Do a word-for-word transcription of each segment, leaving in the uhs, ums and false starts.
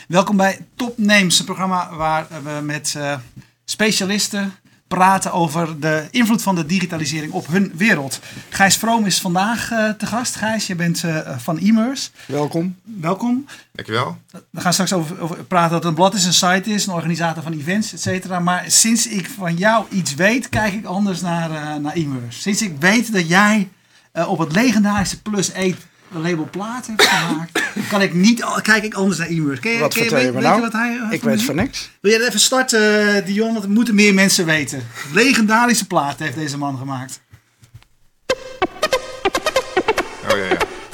Welkom bij Top Names, een programma waar we met uh, specialisten praten over de invloed van de digitalisering op hun wereld. Gijs Vroom is vandaag uh, te gast. Gijs, je bent uh, van Immers. Welkom. Welkom. Dankjewel. We gaan straks over, over praten dat het een blad is, een site is, een organisator van events, et cetera. Maar sinds ik van jou iets weet, kijk ik anders naar, uh, naar Immers. Sinds ik weet dat jij uh, op het legendarische Plus één label plaat heeft gemaakt, kan ik niet, kijk ik anders naar Immers. Ken je, wat ken je, vertel je weet, me nou? weet je wat hij, uh, ik weet van niks. Wil jij even starten, uh, Dion? Want het moeten meer mensen weten. Legendarische plaat heeft deze man gemaakt. Oh ja, ja.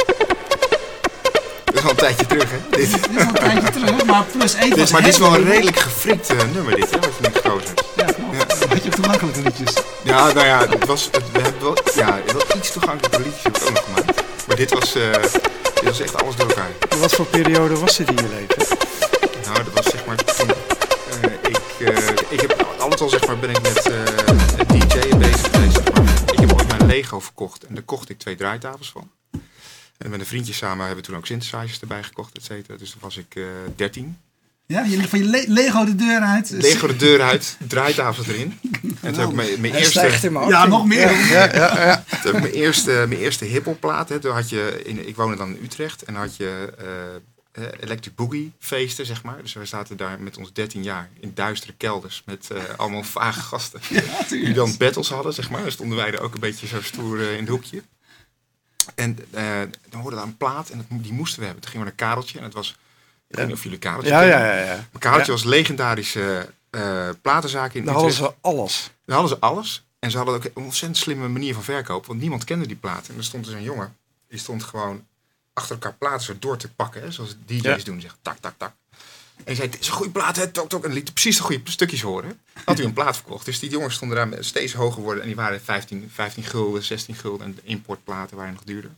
Dat is al een tijdje terug, hè? Dit, dit is al een tijdje terug, maar Plus één was... Dit, maar dit is wel een redelijk gefrikt uh, nummer, dit, hè? Wat je nu gekozen hebt. Ja, ja. Een beetje toegankelijke liedjes. Ja, nou ja, het was, het, we hebben wel, ja, wel iets toegankelijke liedjes heb ik ook nog gemaakt. Maar dit was, uh, dit was echt alles door elkaar. Wat voor periode was dit in je leven? Nou, dat was zeg maar toen... Uh, ik, uh, ik heb altijd al, zeg maar, ben ik met uh, D J'en bezig geweest. Zeg maar. Ik heb ooit mijn Lego verkocht en daar kocht ik twee draaitafels van. En met een vriendje samen hebben we toen ook synthesizers erbij gekocht, et cetera. Dus toen was ik uh, dertien. Ja, je, van je le- Lego de deur uit. Lego de deur uit, draaitafels erin. En toen heb ik mijn, mijn eerste... Ja, nog meer. Ja, ja, ja. Toen heb ik mijn eerste, mijn eerste hiphopplaat. Hè. Toen had je, in, ik woonde dan in Utrecht en dan had je uh, Electric Boogie feesten, zeg maar. Dus we zaten daar met ons dertien jaar in duistere kelders met uh, allemaal vage gasten. Ja, die dan battles hadden, zeg maar. Dan stonden wij er ook een beetje zo stoer uh, in het hoekje. En uh, dan hoorde daar een plaat en dat, die moesten we hebben. Toen gingen we naar Kareltje en het was... Ik weet niet of jullie Kareltje ja, kennen. ja, ja, ja. Maar Kareltje ja. was legendarische uh, platenzaak in Daar Utrecht. hadden ze alles. Daar hadden ze alles. En ze hadden ook een ontzettend slimme manier van verkopen. Want niemand kende die platen. En er stond dus een jongen. Die stond gewoon achter elkaar platen zo door te pakken. Hè, zoals D J's ja. doen. Zeg, tak, tak, tak. En hij zei, het is een goede plaat, hè, tok, tok. En liet precies de goede stukjes horen. Had hij een plaat verkocht. Dus die jongens stonden daar steeds hoger worden. En die waren vijftien, vijftien gulden, zestien gulden. En de importplaten waren nog duurder.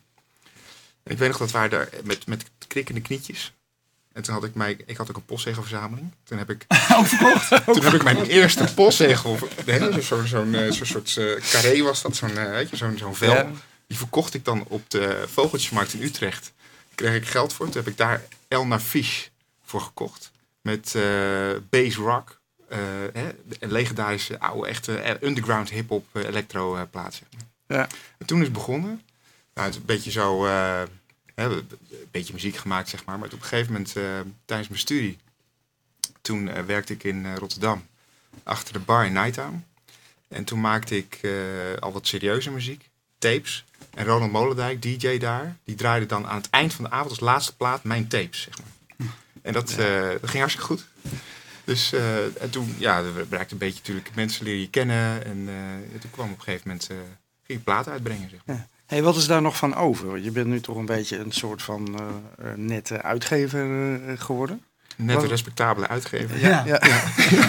En ik weet nog dat wij daar met, met krikkende knietjes... En toen had ik mij, ik had ook een postzegelverzameling. Toen heb ik, ook verkocht. Toen heb ik mijn eerste postzegel, zo'n zo, zo, zo soort uh, carré was dat, zo'n uh, zo'n zo'n vel. Ja. Die verkocht ik dan op de Vogeltjesmarkt in Utrecht. Daar kreeg ik geld voor. Toen heb ik daar Elna Fish voor gekocht. Met uh, bass rock. Uh, hè, een legendarische oude, echte underground hip-hop uh, electro uh, plaats. Ja. En toen is het begonnen. Nou, het is een beetje zo... Uh, We hebben een beetje muziek gemaakt, zeg maar. Maar op een gegeven moment, uh, tijdens mijn studie... Toen uh, werkte ik in uh, Rotterdam. Achter de bar in Nighttown. En toen maakte ik uh, al wat serieuze muziek. Tapes. En Ronald Molendijk, D J daar... die draaide dan aan het eind van de avond als laatste plaat mijn tapes, zeg maar. En dat, uh, dat ging hartstikke goed. Dus uh, en toen, ja, we bereikten een beetje natuurlijk... mensen leren je kennen. En uh, toen kwam op een gegeven moment... Uh, ging ik platen uitbrengen, zeg maar. Ja. Hey, wat is daar nog van over? Je bent nu toch een beetje een soort van uh, nette uitgever uh, geworden? Nette, wat... respectabele uitgever. Ja. ja. ja.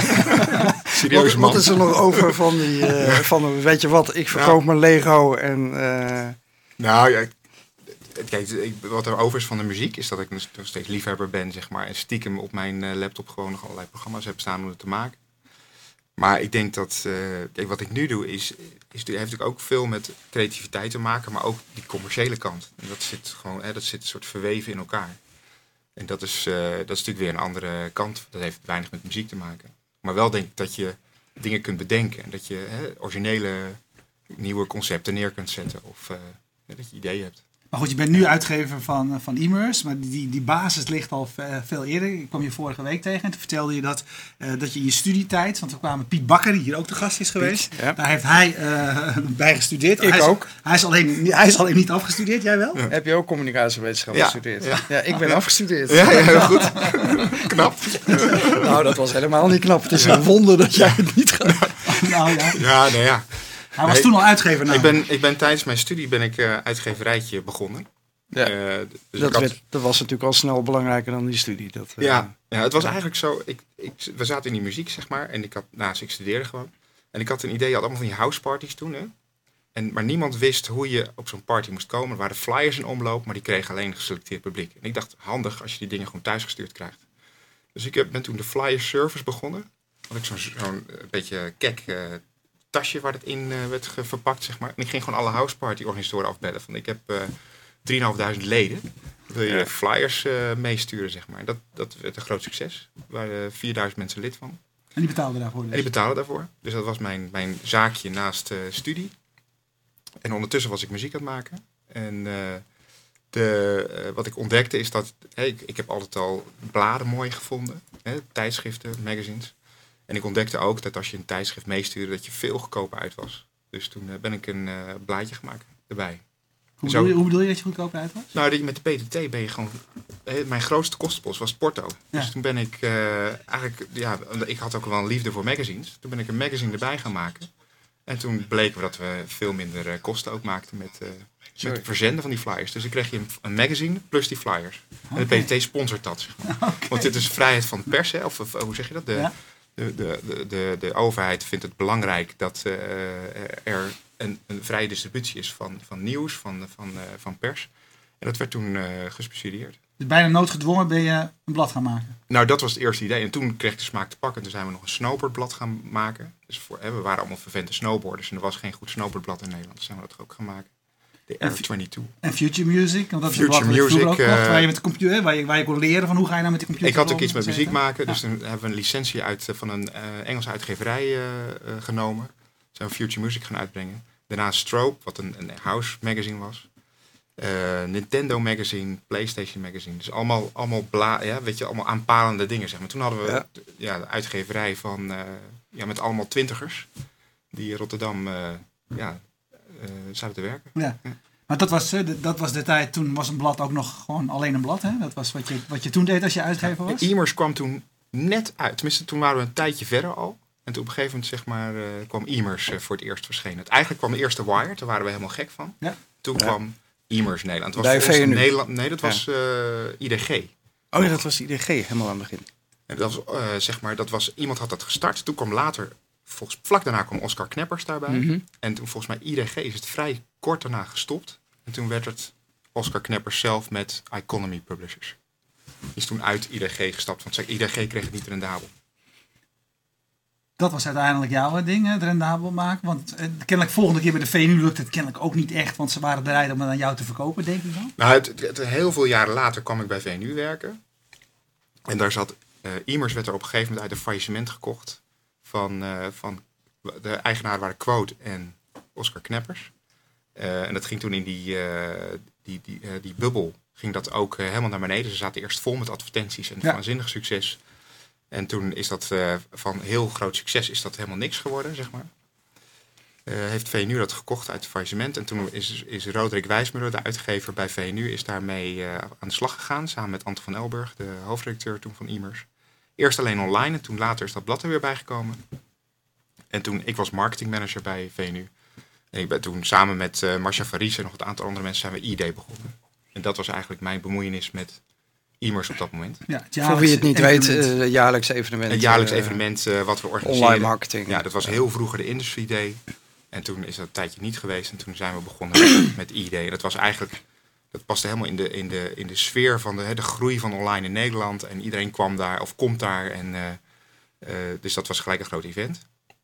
Serieuze man. Wat is er nog over van die... Uh, van, weet je wat, ik verkoop ja. mijn Lego en... Uh... Nou ja, kijk, wat er over is van de muziek... is dat ik nog steeds liefhebber ben, zeg maar... en stiekem op mijn uh, laptop gewoon nog allerlei programma's heb staan om het te maken. Maar ik denk dat, uh, kijk, wat ik nu doe is, is, heeft natuurlijk ook veel met creativiteit te maken, maar ook die commerciële kant. En dat zit gewoon, hè, dat zit een soort verweven in elkaar. En dat is, uh, dat is natuurlijk weer een andere kant. Dat heeft weinig met muziek te maken. Maar wel denk ik dat je dingen kunt bedenken en dat je hè, originele nieuwe concepten neer kunt zetten of uh, ja, dat je ideeën hebt. Maar goed, je bent nu uitgever van, van Immers, maar die, die basis ligt al veel eerder. Ik kwam je vorige week tegen en toen vertelde je dat, uh, dat je in je studietijd, want we kwamen Piet Bakker, die hier ook te gast is geweest, Piet, ja. daar heeft hij uh, bij gestudeerd. Ik hij is, ook. Hij is, alleen, hij is alleen niet afgestudeerd, jij wel? Ja. Heb je ook communicatiewetenschap ja. gestudeerd? Ja. ja, ik ben ja. afgestudeerd. Ja, ja, heel goed. Knap. Nou, dat was helemaal niet knap. Het is ja. een wonder dat jij het niet gaat. Nou ja. Ja, nee, ja. Hij was nee, toen al uitgever. Nou. Ik, ben, ik ben tijdens mijn studie ben ik uh, uitgeverijtje begonnen. Ja. Uh, dus dat, had... werd, dat was natuurlijk al snel belangrijker dan die studie. Dat, uh... ja, ja, het was eigenlijk zo. Ik, ik, we zaten in die muziek, zeg maar. En ik had, nou, dus ik studeerde gewoon. En ik had een idee, je had allemaal van die houseparties toen. Hè? En, maar niemand wist hoe je op zo'n party moest komen. Er waren flyers in omloop, maar die kregen alleen geselecteerd publiek. En ik dacht, handig als je die dingen gewoon thuis gestuurd krijgt. Dus ik heb, ben toen de flyer service begonnen. Had ik zo'n, zo'n beetje kek... Uh, tasje waar het in uh, werd ge- verpakt, zeg maar. En ik ging gewoon alle houseparty organisatoren afbellen. Van, ik heb uh, drieduizend vijfhonderd leden. Wil je Ja. flyers uh, meesturen, zeg maar. Dat, dat werd een groot succes. Er waren vierduizend mensen lid van. En die betaalden daarvoor dus? En die betalen daarvoor. Dus dat was mijn, mijn zaakje naast uh, studie. En ondertussen was ik muziek aan het maken. En uh, de, uh, wat ik ontdekte is dat... Hey, ik, ik heb altijd al bladen mooi gevonden. Hè, tijdschriften, magazines. En ik ontdekte ook dat als je een tijdschrift meestuurde... dat je veel goedkoper uit was. Dus toen uh, ben ik een uh, blaadje gemaakt erbij. Hoe, Zo, bedoel je, hoe bedoel je dat je goedkoop uit was? Nou, met de P T T ben je gewoon... Mijn grootste kostenpost was porto. Ja. Dus toen ben ik uh, eigenlijk... Ja, ik had ook wel een liefde voor magazines. Toen ben ik een magazine erbij gaan maken. En toen bleken we dat we veel minder uh, kosten ook maakten met, uh, met het verzenden van die flyers. Dus dan kreeg je een, een magazine plus die flyers. Okay. En de P T T sponsort dat, zeg maar. Okay. Want dit is vrijheid van pers, hè? Of, of hoe zeg je dat? De, ja. de, de, de, de, de overheid vindt het belangrijk dat uh, er een, een vrije distributie is van, van nieuws, van, van, uh, van pers. En dat werd toen uh, gesubsidieerd. Dus bijna noodgedwongen ben je een blad gaan maken? Nou, dat was het eerste idee. En toen kreeg ik de smaak te pakken. Toen zijn we nog een snowboardblad gaan maken. Dus voor, hè, we waren allemaal vervente snowboarders. En er was geen goed snowboardblad in Nederland. Dus zijn we dat ook gaan maken. De R tweeëntwintig. En Future Music? Want dat Future is een blad Music, ook kocht, uh, waar je met de computer, waar je, waar je kon leren van hoe ga je nou met de computer. Ik had ook iets met muziek maken. Ja. Dus toen hebben we een licentie uit, van een uh, Engelse uitgeverij uh, uh, genomen. Zijn we Future Music gaan uitbrengen. Daarna Strobe, wat een, een house magazine was. Uh, Nintendo magazine, PlayStation magazine. Dus allemaal, allemaal, bla, ja, weet je, allemaal aanpalende dingen, zeg maar. Toen hadden we ja. De, ja, de uitgeverij van, uh, ja, met allemaal twintigers. Die in Rotterdam uh, ja, uh, zaten te werken. Ja. Ja. Maar dat was, dat was de tijd, toen was een blad ook nog gewoon alleen een blad, hè? Dat was wat je, wat je toen deed als je uitgever was? E-Mers kwam toen net uit. Tenminste, toen waren we een tijdje verder al. En toen op een gegeven moment, zeg maar, uh, kwam E-Mers uh, voor het eerst verschenen. Eigenlijk kwam de eerste Wired, daar waren we helemaal gek van. Ja. Toen ja. kwam E-Mers Nederland. Het was Bij V N U? Nederland, nee, dat was uh, I D G. Oh ja, dat was I D G, helemaal aan het begin. En dat was, uh, zeg maar, dat was, iemand had dat gestart. Toen kwam later, volgens, vlak daarna kwam Oscar Kneppers daarbij. Mm-hmm. En toen volgens mij I D G is het vrij kort daarna gestopt. En toen werd het Oscar Kneppers zelf met Economy Publishers. Die is toen uit I D G gestapt, want I D G kreeg het niet rendabel. Dat was uiteindelijk jouw ding, het rendabel maken. Want eh, kennelijk volgende keer bij de V N U lukt het kennelijk ook niet echt. Want ze waren bereid om het aan jou te verkopen, denk ik dan. Nou, het, het, heel veel jaren later kwam ik bij V N U werken. En daar zat, uh, E-Mers werd er op een gegeven moment uit een faillissement gekocht. Van, uh, van de eigenaar waren Quote en Oscar Kneppers. Uh, en dat ging toen in die, uh, die, die, uh, die bubbel, ging dat ook uh, helemaal naar beneden. Ze zaten eerst vol met advertenties en ja. waanzinnig succes. En toen is dat uh, van heel groot succes is dat helemaal niks geworden, zeg maar. Uh, heeft V N U dat gekocht uit het faillissement. En toen is, is Roderick Wijsmuller, de uitgever bij V N U, is daarmee uh, aan de slag gegaan. Samen met Anton van Elburg, de hoofdredacteur toen van E-Mers. Eerst alleen online en toen later is dat blad er weer bijgekomen. En toen, ik was marketingmanager bij V N U. En ik ben toen samen met uh, Marcia Faris en nog een aantal andere mensen zijn we I D begonnen. En dat was eigenlijk mijn bemoeienis met E-Mers op dat moment. Ja, voor wie het niet weet, uh, jaarlijks evenement. Een jaarlijks evenement uh, wat we organiseren. Online marketing. Ja, dat was heel vroeger de Industry Day. En toen is dat een tijdje niet geweest. En toen zijn we begonnen met, met I D. En dat was eigenlijk, dat paste helemaal in de, in de, in de sfeer van de, hè, de groei van online in Nederland. En iedereen kwam daar of komt daar. En, uh, uh, dus dat was gelijk een groot event.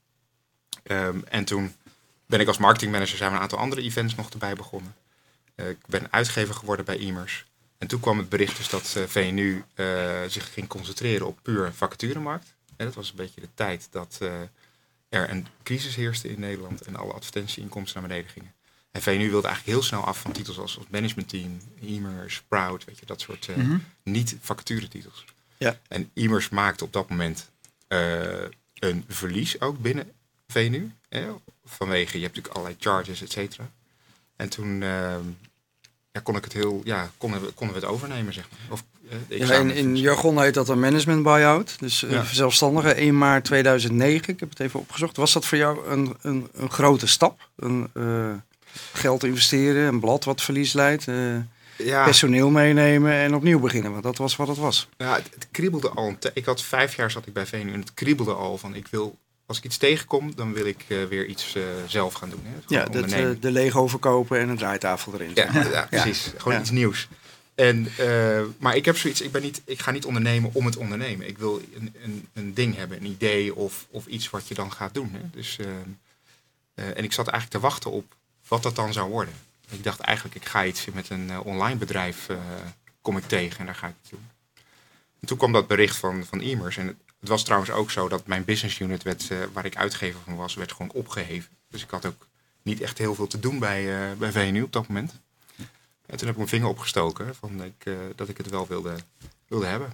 Um, en toen ben ik als marketingmanager, zijn we een aantal andere events nog erbij begonnen. Uh, ik ben uitgever geworden bij E-Mers. En toen kwam het bericht dus dat uh, V N U uh, zich ging concentreren op puur vacaturemarkt. En dat was een beetje de tijd dat uh, er een crisis heerste in Nederland en alle advertentieinkomsten naar beneden gingen. En V N U wilde eigenlijk heel snel af van titels als, als managementteam, E-Mers, Proud, weet je, dat soort uh, mm-hmm. niet-vacaturetitels. Ja. En E-Mers maakte op dat moment uh, een verlies ook binnen V N U. Eh, vanwege, je hebt natuurlijk allerlei charges, et cetera. En toen uh, ja, kon ik het heel, ja, konden we, konden we het overnemen, zeg maar. Of, uh, ja, in, in jargon heet dat een management buyout. Dus uh, ja. zelfstandige, één maart tweeduizend negen. Ik heb het even opgezocht. Was dat voor jou een, een, een grote stap? Een, uh, geld investeren, een blad wat verlies leidt, uh, ja. personeel meenemen en opnieuw beginnen? Want dat was wat het was. Ja, het, het kriebelde al. Te- ik had vijf jaar zat ik bij V N U en het kriebelde al van ik wil, als ik iets tegenkom, dan wil ik uh, weer iets uh, zelf gaan doen. Hè? Ja, dat, uh, de Lego verkopen en een draaitafel erin. Ja, ja, ja precies. Ja. Gewoon ja. iets nieuws. En, uh, maar ik heb zoiets, ik, ben niet, ik ga niet ondernemen om het ondernemen. Ik wil een, een, een ding hebben, een idee of, of iets wat je dan gaat doen. Hè? Dus, uh, uh, en ik zat eigenlijk te wachten op wat dat dan zou worden. Ik dacht eigenlijk, ik ga iets met een uh, online bedrijf uh, kom ik tegen en daar ga ik het doen. En toen kwam dat bericht van, van Immers. En het, het was trouwens ook zo dat mijn business unit, werd, uh, waar ik uitgever van was, werd gewoon opgeheven. Dus ik had ook niet echt heel veel te doen bij, uh, bij V N U op dat moment. En toen heb ik mijn vinger opgestoken van ik, uh, dat ik het wel wilde, wilde hebben.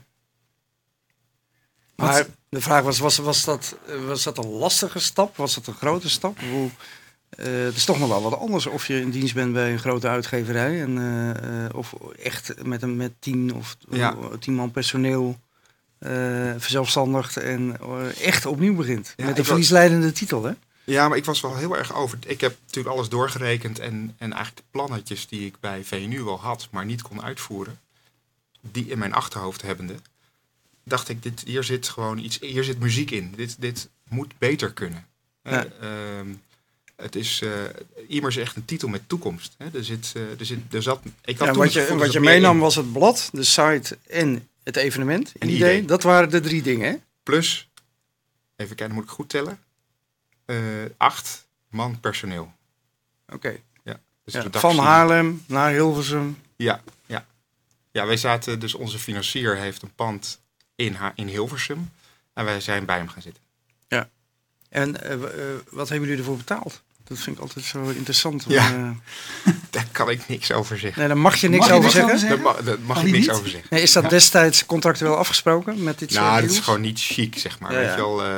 Maar de vraag was, was, was, dat, was dat een lastige stap? Was dat een grote stap? Hoe, uh, het is toch nog wel wat anders of je in dienst bent bij een grote uitgeverij. En, uh, uh, of echt met, een, met tien of ja. tien man personeel uh, verzelfstandigd en uh, echt opnieuw begint. Ja, met een verliesleidende was... titel, hè? Ja, maar ik was wel heel erg over... Ik heb natuurlijk alles doorgerekend en, en eigenlijk de plannetjes die ik bij V N U wel had, maar niet kon uitvoeren, die in mijn achterhoofd hebbende, dacht ik, dit, hier zit gewoon iets, hier zit muziek in. Dit, dit moet beter kunnen. Ja. Uh, uh, het is, uh, Immers is echt een titel met toekomst. Hè. Er zit, uh, er zit, er zat, ik had ja, wat je, wat je meenam was het blad, de site en het evenement. Een idee. idee. Dat waren de drie dingen, hè? Plus, even kijken, moet ik goed tellen? Uh, acht man personeel. Oké. Okay. Ja, dus ja, van Haarlem naar Hilversum. Ja, ja. Ja, wij zaten, dus onze financier heeft een pand in, ha- in Hilversum. En wij zijn bij hem gaan zitten. Ja. En uh, uh, wat hebben jullie ervoor betaald? Dat vind ik altijd zo interessant. Om, ja. uh... Daar kan ik niks over zeggen. Nee, daar mag je niks mag over, je zeggen? over zeggen. Daar mag, daar mag ik niks niet? over zeggen. Nee, is dat ja. destijds contractueel afgesproken met dit soort Nou, dat is gewoon niet chic, zeg maar. Ja, ja. Weet je wel, uh...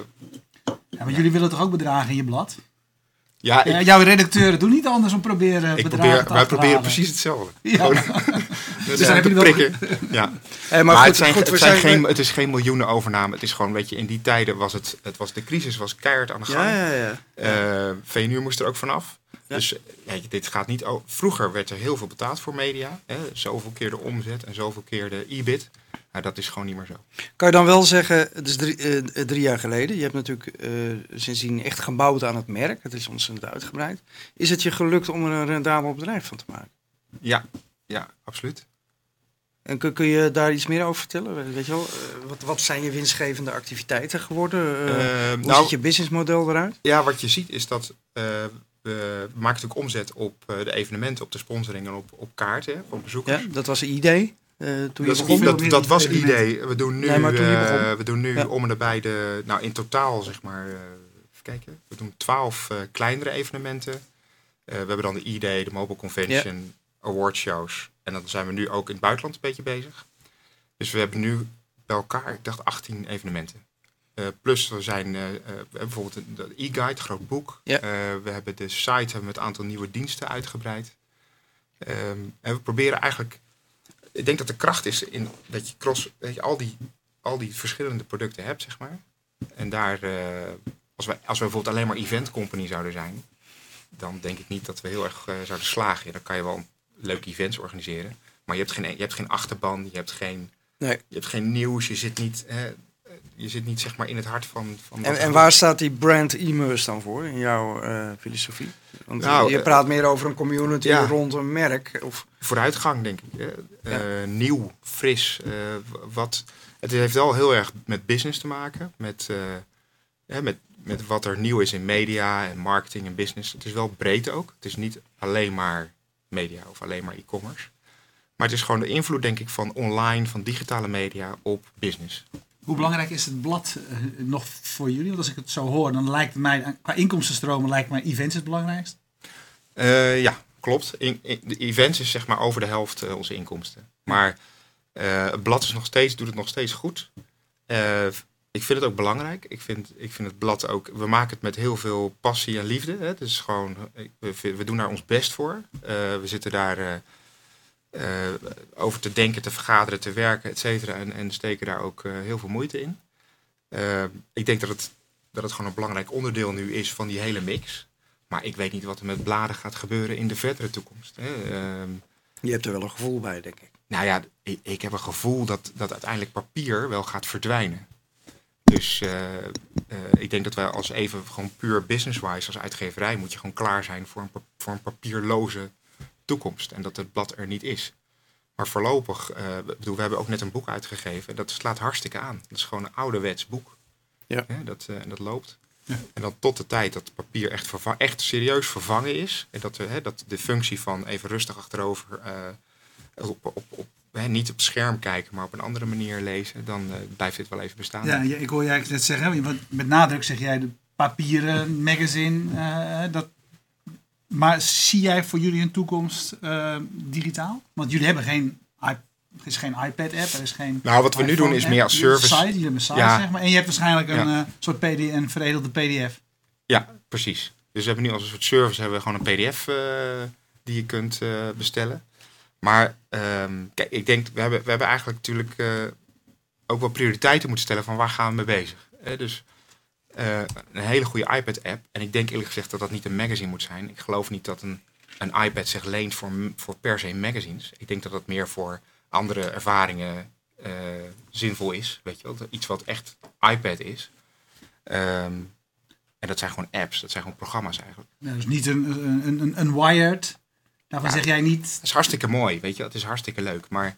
ja, maar jullie willen toch ook bedragen in je blad? Ja, ik, uh, jouw redacteuren doen niet anders om proberen ik bedragen probeer, te Wij proberen precies hetzelfde. Ja. Gewoon, dus dan heb je prikken. Ja. Hey, maar maar goed, het, zijn, goed, het, zijn geen, het is geen miljoenen overname. Het is gewoon, weet je, in die tijden was het, het was, de crisis was keihard aan de gang. Ja, ja, ja. Uh, V N U moest er ook vanaf. Ja. Dus ja, dit gaat niet over. Vroeger werd er heel veel betaald voor media. Hè, zoveel keer de omzet en zoveel keer de E B I T. Nou, dat is gewoon niet meer zo. Kan je dan wel zeggen, het is drie, uh, drie jaar geleden. Je hebt natuurlijk uh, sindsdien echt gebouwd aan het merk. Het is ontzettend uitgebreid. Is het je gelukt om er een rendabel bedrijf van te maken? Ja, ja, absoluut. En kun, kun je daar iets meer over vertellen? Weet je wel, uh, wat, wat zijn je winstgevende activiteiten geworden? Uh, uh, hoe nou, ziet je businessmodel eruit? Ja, wat je ziet is dat uh, we maken natuurlijk omzet op uh, de evenementen, op de sponsoring en op, op kaarten voor bezoekers. Ja, dat was een idee. Uh, toen dat, je begon, dat, dat was het idee. We doen nu, nee, maar toen je uh, we doen nu ja. om en nabij de, nou in totaal zeg maar, uh, even kijken. We doen twaalf uh, kleinere evenementen. Uh, we hebben dan de E-Day, de Mobile Convention, ja. awardshows. En dan zijn we nu ook in het buitenland een beetje bezig. Dus we hebben nu bij elkaar, ik dacht achttien evenementen. Uh, plus we zijn uh, uh, bijvoorbeeld de e-guide, groot boek. Ja. Uh, we hebben de site hebben met een aantal nieuwe diensten uitgebreid. Um, en we proberen eigenlijk... Ik denk dat de kracht is in dat je, cross, dat je al, die, al die verschillende producten hebt, zeg maar. En daar, uh, als, wij, als wij bijvoorbeeld alleen maar event company zouden zijn, dan denk ik niet dat we heel erg uh, zouden slagen. Ja, dan kan je wel leuke events organiseren, maar je hebt geen, je hebt geen achterban, je hebt geen, nee. je hebt geen nieuws, je zit niet, hè, je zit niet zeg maar in het hart van... van en en waar staat die brand Immers dan voor in jouw uh, filosofie? Want nou, je praat meer over een community ja. rond een merk. Of... Vooruitgang, denk ik. Uh, ja. Nieuw, fris. Uh, wat, het heeft wel heel erg met business te maken. Met, uh, ja, met, met wat er nieuw is in media en marketing en business. Het is wel breed ook. Het is niet alleen maar media of alleen maar e-commerce. Maar het is gewoon de invloed, denk ik, van online, van digitale media op business. Hoe belangrijk is het blad uh, nog voor jullie? Want als ik het zo hoor, dan lijkt het mij, qua inkomstenstromen lijkt mij events het belangrijkst. Uh, ja, klopt. In, in, de events is zeg maar over de helft uh, onze inkomsten. Maar uh, het blad is nog steeds, doet het nog steeds goed. Uh, ik vind het ook belangrijk. Ik vind, ik vind het blad ook, we maken het met heel veel passie en liefde. Hè. Dus gewoon, we, we doen daar ons best voor. Uh, we zitten daar uh, uh, over te denken, te vergaderen, te werken, et cetera. En, en steken daar ook uh, heel veel moeite in. Uh, ik denk dat het, dat het gewoon een belangrijk onderdeel nu is van die hele mix. Maar ik weet niet wat er met bladen gaat gebeuren in de verdere toekomst. Hè. Uh, Je hebt er wel een gevoel bij, denk ik. Nou ja, ik, ik heb een gevoel dat, dat uiteindelijk papier wel gaat verdwijnen. Dus uh, uh, ik denk dat wij als even gewoon puur business-wise als uitgeverij moet je gewoon klaar zijn voor een, voor een papierloze toekomst. En dat het blad er niet is. Maar voorlopig, uh, bedoel, we hebben ook net een boek uitgegeven. Dat slaat hartstikke aan. Dat is gewoon een ouderwets boek. Ja. Ja, dat, uh, dat loopt. Ja. En dan tot de tijd dat papier echt, verva- echt serieus vervangen is. En dat, uh, hè, dat de functie van even rustig achterover uh, op, op, op hè, niet op het scherm kijken, maar op een andere manier lezen, dan uh, blijft dit wel even bestaan. Ja, ik hoor je eigenlijk net zeggen, want met nadruk zeg jij de papieren magazine. Uh, dat, maar zie jij voor jullie een toekomst uh, digitaal? Want jullie hebben geen, er is geen iPad-app, er is geen. Nou, wat we nu doen is meer als service. Site, jullie hebben een site, ja. zeg maar. En je hebt waarschijnlijk een ja. uh, soort P D, een veredelde P D F. Ja, precies. Dus we hebben nu als een soort service hebben we gewoon een P D F uh, die je kunt uh, bestellen. Maar um, kijk, ik denk, we hebben, we hebben eigenlijk natuurlijk uh, ook wel prioriteiten moeten stellen van waar gaan we mee bezig. Eh, dus uh, een hele goede iPad-app. En ik denk eerlijk gezegd dat dat niet een magazine moet zijn. Ik geloof niet dat een, een iPad zich leent voor, voor per se magazines. Ik denk dat dat meer voor andere ervaringen uh, zinvol is. Weet je wel? Iets wat echt iPad is. Um, en dat zijn gewoon apps, dat zijn gewoon programma's eigenlijk. Ja, dus niet een, een, een, een wired. Daarvan ja, zeg jij niet. Het is hartstikke mooi, weet je. Het is hartstikke leuk. Maar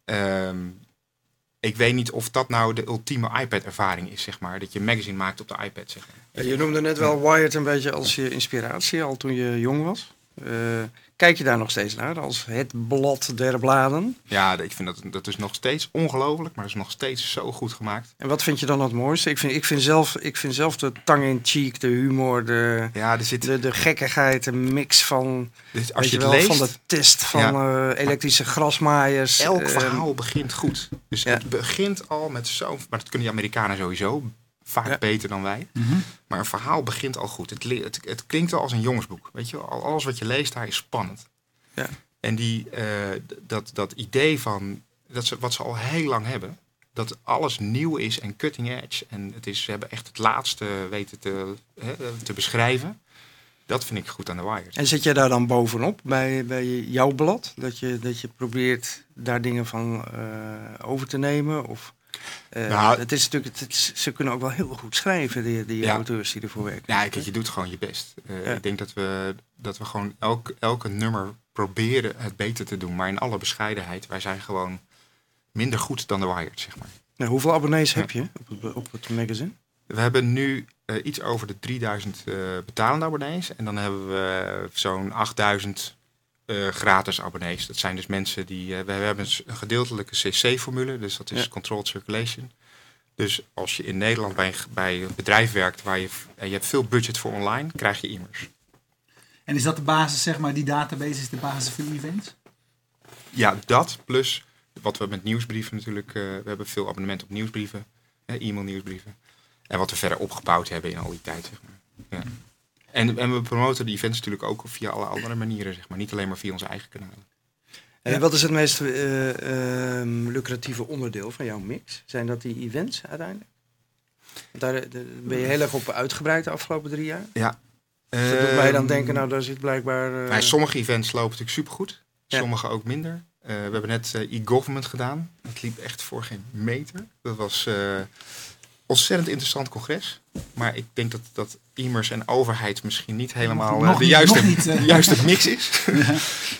um, ik weet niet of dat nou de ultieme iPad-ervaring is, zeg maar. Dat je een magazine maakt op de iPad, zeg maar. Ja, je noemde net wel Wired een beetje als je inspiratie, al toen je jong was. Uh, kijk je daar nog steeds naar, als het blad der bladen? Ja, ik vind dat, dat is nog steeds ongelooflijk, maar dat is nog steeds zo goed gemaakt. En wat vind je dan het mooiste? Ik vind, ik vind, zelf, ik vind zelf de tang-in-cheek, de humor, de, ja, er zit... de, de gekkigheid, de mix van, dus als weet je je het wel, leest, van de test van ja. uh, elektrische grasmaaiers. Elk uh, verhaal begint goed. Dus ja. het begint al met zo... Maar dat kunnen die Amerikanen sowieso vaak ja. beter dan wij. Mm-hmm. Maar een verhaal begint al goed. Het, het, het klinkt al als een jongensboek. Weet je, alles wat je leest daar is spannend. Ja. En die, uh, dat, dat idee van, dat ze, wat ze al heel lang hebben, dat alles nieuw is en cutting edge. En het is, ze hebben echt het laatste weten te, hè, te beschrijven. Dat vind ik goed aan de Wired. En zit jij daar dan bovenop bij, bij jouw blad? Dat je, dat je probeert daar dingen van uh, over te nemen? Of... Uh, nou, het is natuurlijk, het is, ze kunnen ook wel heel goed schrijven, die, die ja. auteurs die ervoor werken. Ja, kijk, je doet gewoon je best. Uh, ja. Ik denk dat we, dat we gewoon elk, elke nummer proberen het beter te doen. Maar in alle bescheidenheid, wij zijn gewoon minder goed dan de Wired, zeg maar. Nou, hoeveel abonnees ja. heb je op het, op het magazine? We hebben nu uh, iets over de drieduizend uh, betalende abonnees. En dan hebben we uh, zo'n achtduizend uh, gratis abonnees. Dat zijn dus mensen die... Uh, we hebben een gedeeltelijke C C-formule, dus dat is ja. Controlled Circulation. Dus als je in Nederland bij, bij een bedrijf werkt waar je, en je hebt veel budget voor online, krijg je immers. En is dat de basis, zeg maar, die database is de basis voor events? Ja, dat plus wat we met nieuwsbrieven natuurlijk... Uh, we hebben veel abonnementen op nieuwsbrieven, uh, e-mail nieuwsbrieven. En wat we verder opgebouwd hebben in al die tijd, zeg maar. Ja. En, en we promoten de events natuurlijk ook via alle andere manieren, zeg maar. Niet alleen maar via onze eigen kanalen. En ja. wat is het meest uh, uh, lucratieve onderdeel van jouw mix? Zijn dat die events uiteindelijk? Daar de, ben je heel erg op uitgebreid de afgelopen drie jaar? Ja. Dus dat doet mij dan denken, nou daar zit blijkbaar... Uh... Bij sommige events lopen natuurlijk supergoed. Sommige ja. ook minder. Uh, we hebben net uh, e-government gedaan. Het liep echt voor geen meter. Dat was uh, ontzettend interessant congres. Maar ik denk dat, dat immers en overheid misschien niet helemaal uh, de, niet, juiste, niet, uh... de juiste mix is. Ja.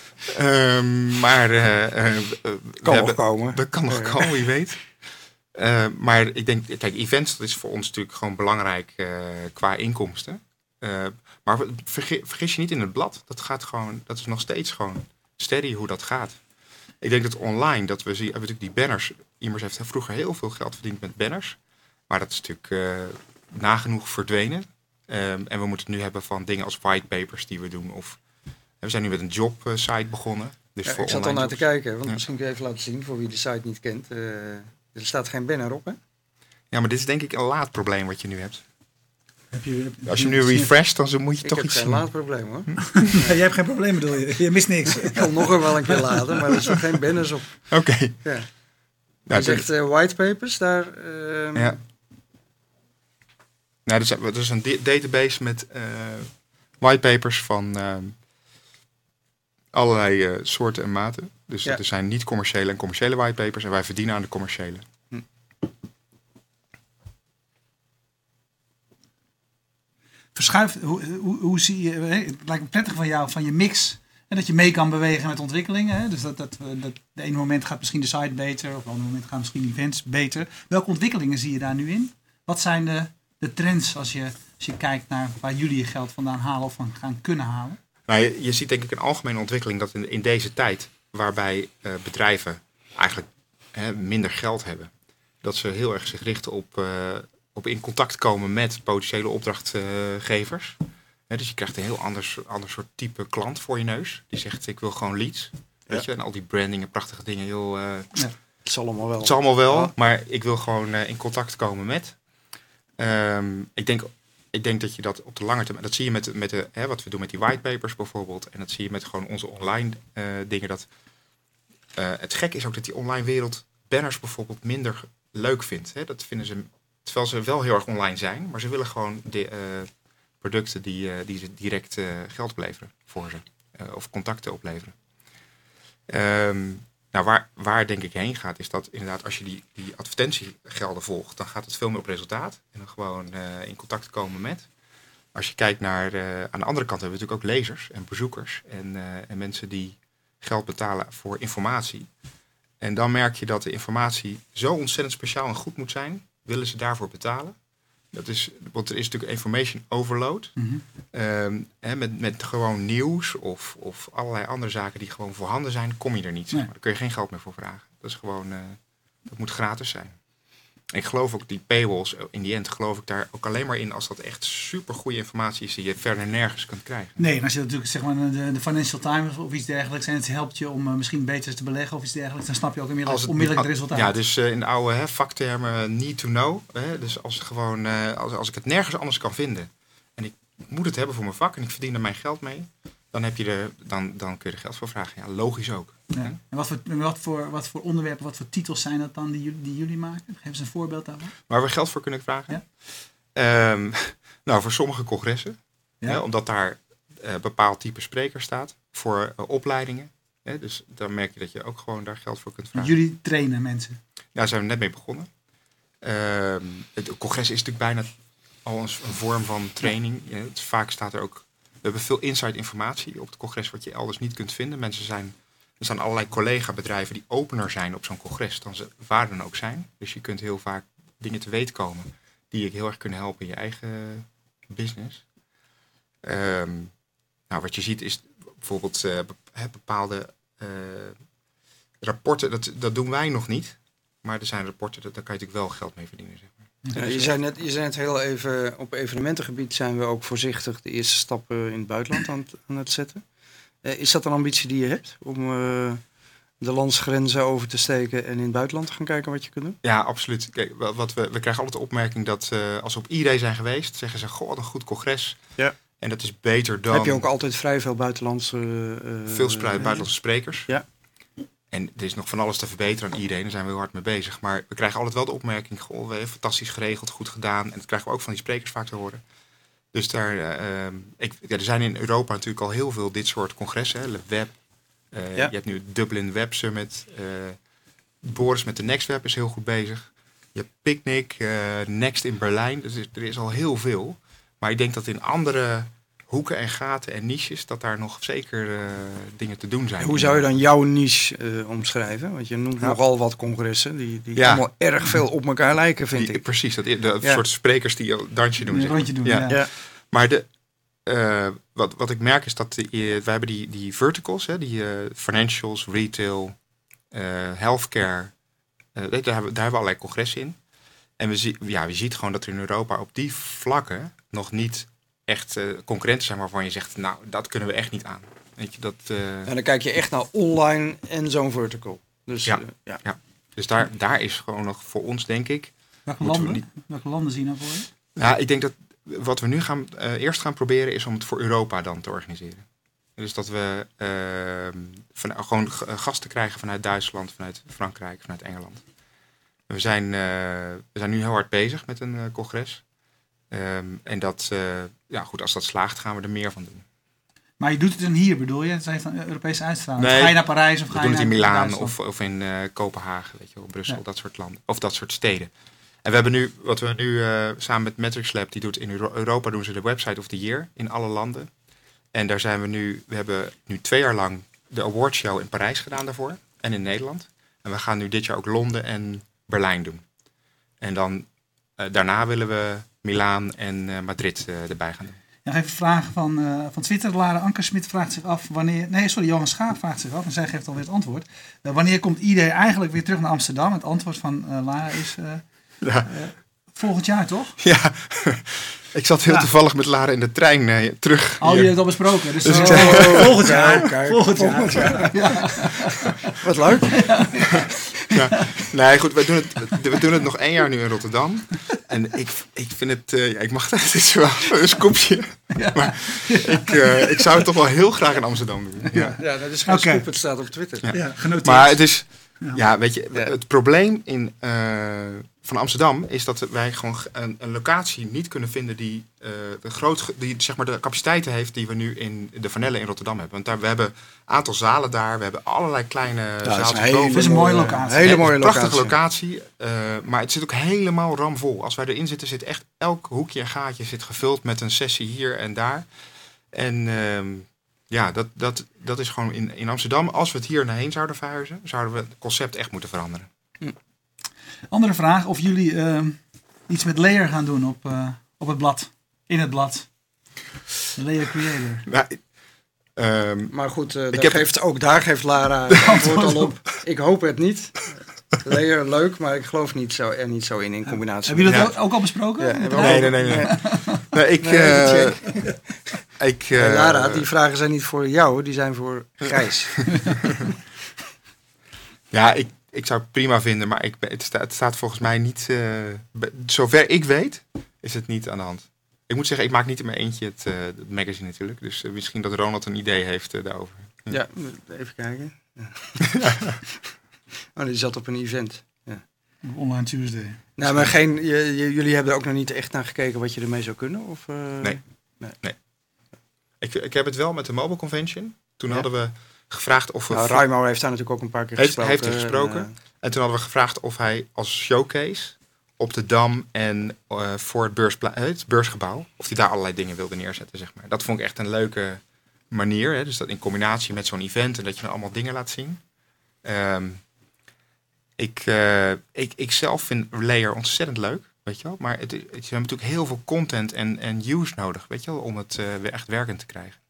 um, maar uh, uh, kan nog hebben, komen. Dat kan nog komen, wie weet. Uh, maar ik denk, kijk, events, dat is voor ons natuurlijk gewoon belangrijk uh, qua inkomsten. Uh, maar vergis, vergis je niet in het blad. Dat gaat gewoon, dat is nog steeds gewoon steady hoe dat gaat. Ik denk dat online, dat we zien, hebben natuurlijk die banners. Immers heeft vroeger heel veel geld verdiend met banners. Maar dat is natuurlijk uh, nagenoeg verdwenen. Um, en we moeten het nu hebben van dingen als whitepapers die we doen. Of we zijn nu met een jobsite begonnen. Dus ja, voor ik zat al naar jobs. te kijken, want ja. misschien kun je even laten zien voor wie de site niet kent. Uh, er staat geen banner op, hè? Ja, maar dit is denk ik een laad probleem wat je nu hebt. Heb je, heb Als je nu refresht, dan moet je ik toch iets iets zien. Ik heb geen laadprobleem, hoor. Hm? Ja, jij hebt geen probleem, bedoel je? Je mist niks. Ik kan nog er wel een keer laden, maar er staan geen banners op. Oké. Okay. Ja. Nou, je zegt uh, whitepapers, daar... Uh, ja. Nou, dat is, dat is een d- database met uh, whitepapers van uh, allerlei uh, soorten en maten. Dus ja. er zijn niet commerciële en commerciële whitepapers en wij verdienen aan de commerciële. Hm. Verschuift, hoe, hoe, hoe zie je, het lijkt me prettig van jou, van je mix, en dat je mee kan bewegen met ontwikkelingen. Hè? Dus dat, dat, dat de ene moment gaat misschien de site beter, of op een ander moment gaan misschien events beter. Welke ontwikkelingen zie je daar nu in? Wat zijn de, de trends als je, als je kijkt naar waar jullie je geld vandaan halen of van gaan kunnen halen? Nou, je, je ziet denk ik een algemene ontwikkeling dat in, in deze tijd, waarbij uh, bedrijven eigenlijk hè, minder geld hebben. Dat ze heel erg zich richten op, uh, op in contact komen met potentiële opdrachtgevers. He, dus je krijgt een heel anders, ander soort type klant voor je neus. Die zegt, ik wil gewoon leads. Weet ja. je, en al die branding en prachtige dingen. Heel, uh, ja. Het zal allemaal wel. Het zal allemaal wel, ja. Maar ik wil gewoon uh, in contact komen met. Um, ik denk... Ik denk dat je dat op de lange termijn... Dat zie je met, met de, hè, wat we doen met die whitepapers bijvoorbeeld. En dat zie je met gewoon onze online uh, dingen. Dat, uh, het gek is ook dat die online wereld banners bijvoorbeeld minder leuk vindt. Hè. Dat vinden ze... Terwijl ze wel heel erg online zijn. Maar ze willen gewoon de, uh, producten die, uh, die ze direct uh, geld opleveren voor ze. Uh, of contacten opleveren. Um, nou, waar, waar denk ik heen gaat, is dat inderdaad als je die, die advertentiegelden volgt, dan gaat het veel meer op resultaat. En dan gewoon uh, in contact komen met. Als je kijkt naar, uh, aan de andere kant hebben we natuurlijk ook lezers en bezoekers. En, uh, en mensen die geld betalen voor informatie. En dan merk je dat de informatie zo ontzettend speciaal en goed moet zijn. Willen ze daarvoor betalen? Dat is, want er is natuurlijk information overload. Mm-hmm. Um, hè, met, met gewoon nieuws of, of allerlei andere zaken die gewoon voorhanden zijn, kom je er niet. Zeg maar. Daar kun je geen geld meer voor vragen. Dat is gewoon, uh, dat moet gratis zijn. Ik geloof ook die paywalls, in die end geloof ik daar ook alleen maar in als dat echt super goede informatie is die je verder nergens kunt krijgen. Nee, en als je natuurlijk zeg maar de, de Financial Times of iets dergelijks en het helpt je om uh, misschien beter te beleggen of iets dergelijks, dan snap je ook inmiddels het, onmiddellijk het resultaat. Ja, dus uh, in de oude hè, vaktermen need to know. Hè, dus als, gewoon, uh, als, als ik het nergens anders kan vinden en ik moet het hebben voor mijn vak en ik verdien er mijn geld mee, dan, heb je de, dan, dan kun je er geld voor vragen. Ja, logisch ook. Ja. En wat voor, wat, voor, wat voor onderwerpen, wat voor titels zijn dat dan die jullie, die jullie maken? Geef eens een voorbeeld daarvan. Waar we geld voor kunnen vragen? Ja. Um, nou, voor sommige congressen. Ja. Hè, omdat daar uh, bepaald type spreker staat. Voor uh, opleidingen. Hè, dus dan merk je dat je ook gewoon daar geld voor kunt vragen. Jullie trainen mensen? Ja, daar zijn we net mee begonnen. Um, het congres is natuurlijk bijna al een, een vorm van training. Ja. Ja, het, vaak staat er ook... We hebben veel inside informatie op het congres wat je elders niet kunt vinden. Mensen zijn... Er zijn allerlei collega-bedrijven die opener zijn op zo'n congres dan ze waar dan ook zijn. Dus je kunt heel vaak dingen te weten komen die je heel erg kunnen helpen in je eigen business. Um, nou, wat je ziet is bijvoorbeeld uh, bepaalde uh, rapporten. Dat, dat doen wij nog niet. Maar er zijn rapporten, dat, daar kan je natuurlijk wel geld mee verdienen. Zeg maar. Ja, je, zei net, je zei net heel even, op evenementengebied zijn we ook voorzichtig de eerste stappen in het buitenland aan het, aan het zetten. Uh, is dat een ambitie die je hebt om uh, de landsgrenzen over te steken en in het buitenland te gaan kijken wat je kunt doen? Ja, absoluut. Kijk, wat we, we krijgen altijd de opmerking dat uh, als we op I-Day zijn geweest, zeggen ze, goh, wat een goed congres. Ja. En dat is beter dan... Heb je ook altijd vrij veel buitenlandse... Uh, veel uh, buitenlandse sprekers. Ja. En er is nog van alles te verbeteren aan I-Day, daar zijn we heel hard mee bezig. Maar we krijgen altijd wel de opmerking, goh, we hebben fantastisch geregeld, goed gedaan. En dat krijgen we ook van die sprekers vaak te horen. Dus daar, uh, ik, ja, er zijn in Europa natuurlijk al heel veel dit soort congressen. Hè, Le Web. Uh, ja. Je hebt nu het Dublin Web Summit. Uh, Boris met de Next Web is heel goed bezig. Je hebt Picnic, uh, Next in Berlijn. Dus er is al heel veel. Maar ik denk dat in andere hoeken en gaten en niches, dat daar nog zeker uh, dingen te doen zijn. Hoe zou je dan jouw niche uh, omschrijven? Want je noemt ja. nogal wat congressen die, die ja. allemaal erg veel op elkaar lijken, vind die, ik. Precies, dat, de ja. soort sprekers die een dansje doen. Een zeg rondje doen, ja. ja. ja. Maar de, uh, wat, wat ik merk is dat de, uh, we hebben die, die verticals, hè, die uh, financials, retail, uh, healthcare. Uh, daar, hebben, daar hebben we allerlei congressen in. En we, zie, ja, we ziet gewoon dat er in Europa op die vlakken nog niet echt uh, concurrenten zijn waarvan je zegt, nou, dat kunnen we echt niet aan. Weet je, dat, uh... En dan kijk je echt naar online en zo'n vertical. Dus, ja, uh, ja. ja. Dus daar, daar is gewoon nog voor ons, denk ik... Welke landen? Niet... Welke landen zien nou voor je? Ja, ik denk dat wat we nu gaan, uh, eerst gaan proberen is om het voor Europa dan te organiseren. Dus dat we uh, van, gewoon gasten krijgen vanuit Duitsland, vanuit Frankrijk, vanuit Engeland. We zijn, uh, we zijn nu heel hard bezig met een uh, congres. Um, en dat, uh, ja goed, als dat slaagt gaan we er meer van doen. Maar je doet het dan hier, bedoel je? Het heeft een Europese uitstraling. Nee, ga je naar Parijs of ga je naar... We doen het in Milaan of, of in uh, Kopenhagen, weet je wel, Brussel, ja. Dat soort landen. Of dat soort steden. En we hebben nu, wat we nu uh, samen met Metrics Lab, die doet in Euro- Europa doen ze de Website of the Year in alle landen. En daar zijn we nu, we hebben nu twee jaar lang de awardshow in Parijs gedaan daarvoor. En in Nederland. En we gaan nu dit jaar ook Londen en Berlijn doen. En dan uh, daarna willen we Milaan en uh, Madrid uh, erbij gaan doen. Nog even vragen van, uh, van Twitter. Lara Ankersmit vraagt zich af wanneer... Nee, sorry, Johan Schaap vraagt zich af. En zij geeft alweer het antwoord. Uh, wanneer komt I D eigenlijk weer terug naar Amsterdam? Het antwoord van uh, Lara is... Uh, ja. uh, volgend jaar, toch? Ja, ik zat heel ja. toevallig met Lara in de trein nee, terug. Oh, jullie hebben het al besproken. Dus, dus ik zei, oh, volgend jaar. Kijk, volgend jaar. Volgend jaar. Ja. Wat leuk. Ja. Nee, goed, we doen, het, we doen het nog één jaar nu in Rotterdam. En ik, ik vind het... Uh, ja, ik mag het, het is wel een scoopje. Ja. Maar ik, uh, ik zou het toch wel heel graag in Amsterdam doen. Ja, ja dat is geen okay. scoop, het staat op Twitter. Ja. Ja, genoteerd. Maar het is... Ja, ja weet je, ja. het probleem in, uh, van Amsterdam is dat wij gewoon een, een locatie niet kunnen vinden die, uh, de, groot, die zeg maar de capaciteiten heeft die we nu in de Van Elle in Rotterdam hebben. Want daar, we hebben een aantal zalen daar, we hebben allerlei kleine ja, zaaltjes boven. Het is een mooie locatie. Hele Een mooie prachtige locatie, locatie uh, maar het zit ook helemaal ramvol. Als wij erin zitten, zit echt elk hoekje en gaatje zit gevuld met een sessie hier en daar. En... Uh, Ja, dat, dat, dat is gewoon in, in Amsterdam. Als we het hier naar heen zouden verhuizen, zouden we het concept echt moeten veranderen. Hm. Andere vraag, of jullie uh, iets met Layer gaan doen op, uh, op het blad. In het blad. Layer Creator. Nou, um, maar goed, uh, ik heb geeft, het... ook daar geeft Lara het antwoord al op. Ik hoop het niet. Layer leuk, maar ik geloof niet zo, er niet zo in in combinatie. Hebben jullie dat ja. ook al besproken? Ja, nee, nee, nee, nee, nee. nee, ik... Nee, uh, Ik, uh, hey Lara, die vragen zijn niet voor jou, die zijn voor Gijs. Ja, ik, ik zou het prima vinden, maar ik, het, staat, het staat volgens mij niet... Uh, zover ik weet, is het niet aan de hand. Ik moet zeggen, ik maak niet in mijn eentje het, uh, het magazine natuurlijk. Dus uh, misschien dat Ronald een idee heeft uh, daarover. Ja, ja even kijken. Ja. Oh, die zat op een event. Ja. Online Tuesday. Nou, maar geen, je, je, jullie hebben er ook nog niet echt naar gekeken wat je ermee zou kunnen? Of, uh... Nee. nee. nee. Ik, ik heb het wel met de Mobile Convention. Toen ja. hadden we gevraagd of we... Nou, Raimo heeft daar natuurlijk ook een paar keer heeft, gesproken. Heeft hij gesproken. En, uh... en toen hadden we gevraagd of hij als showcase op de Dam en uh, voor het, beurspla- het beursgebouw, of hij daar allerlei dingen wilde neerzetten, zeg maar. Dat vond ik echt een leuke manier. Hè? Dus dat in combinatie met zo'n event en dat je dan allemaal dingen laat zien. Um, ik, uh, ik, ik zelf vind Layer ontzettend leuk. Weet je wel? Maar het, het, je hebt natuurlijk heel veel content en, en use nodig, weet je wel, om het uh, echt werkend te krijgen.